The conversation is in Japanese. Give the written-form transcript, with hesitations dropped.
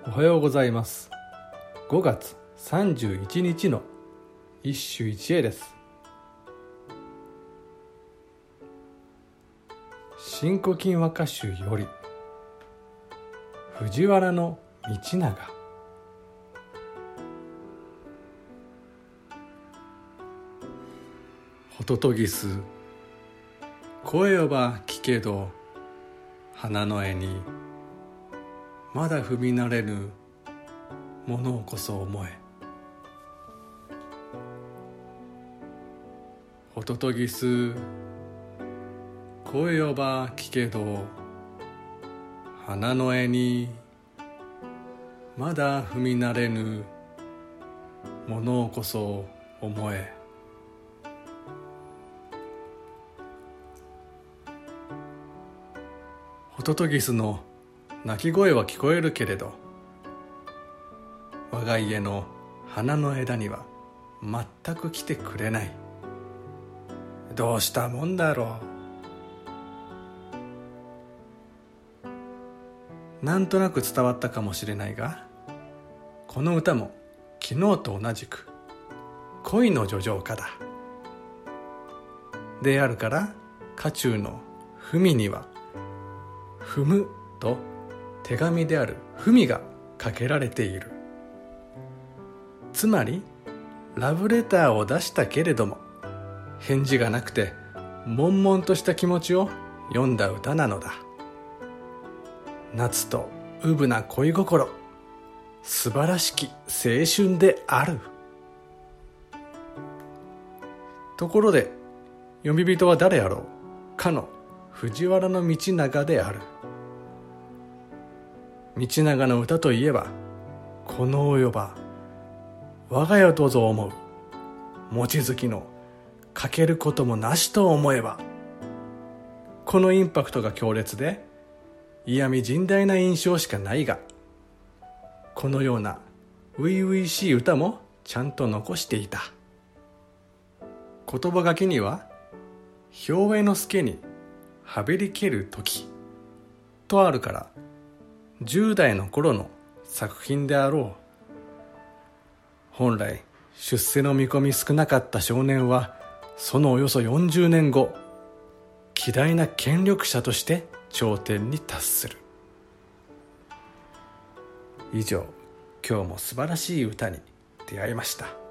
おはようございます。5月31日の一首一会です。新古今和歌集より藤原道長。ホトトギス声をば聞けど花の絵にまだ踏み慣れぬものをこそ思え。ホトトギス声をば聞けど花の絵にまだ踏み慣れぬものをこそ思え。ホトトギスの鳴き声は聞こえるけれど、我が家の花の枝には全く来てくれない。どうしたもんだろう。なんとなく伝わったかもしれないが、この歌も昨日と同じく恋の叙情歌だ。であるから家中の文には踏むと手紙である文がかけられている。つまりラブレターを出したけれども返事がなくて悶々とした気持ちを詠んだ歌なのだ。夏とうぶな恋心、素晴らしき青春である。ところで詠み人は誰やろう。かの藤原道長である。道長の歌といえば、このおよば我が家とぞ思う望月の欠けることもなしと思えば。このインパクトが強烈で嫌味甚大な印象しかないが、このような初々しい歌もちゃんと残していた。言葉書きには兵衛之助にはべりける時とあるから、10代の頃の作品であろう。本来出世の見込み少なかった少年は、そのおよそ40年後、偉大な権力者として頂点に達する。以上、今日も素晴らしい歌に出会いました。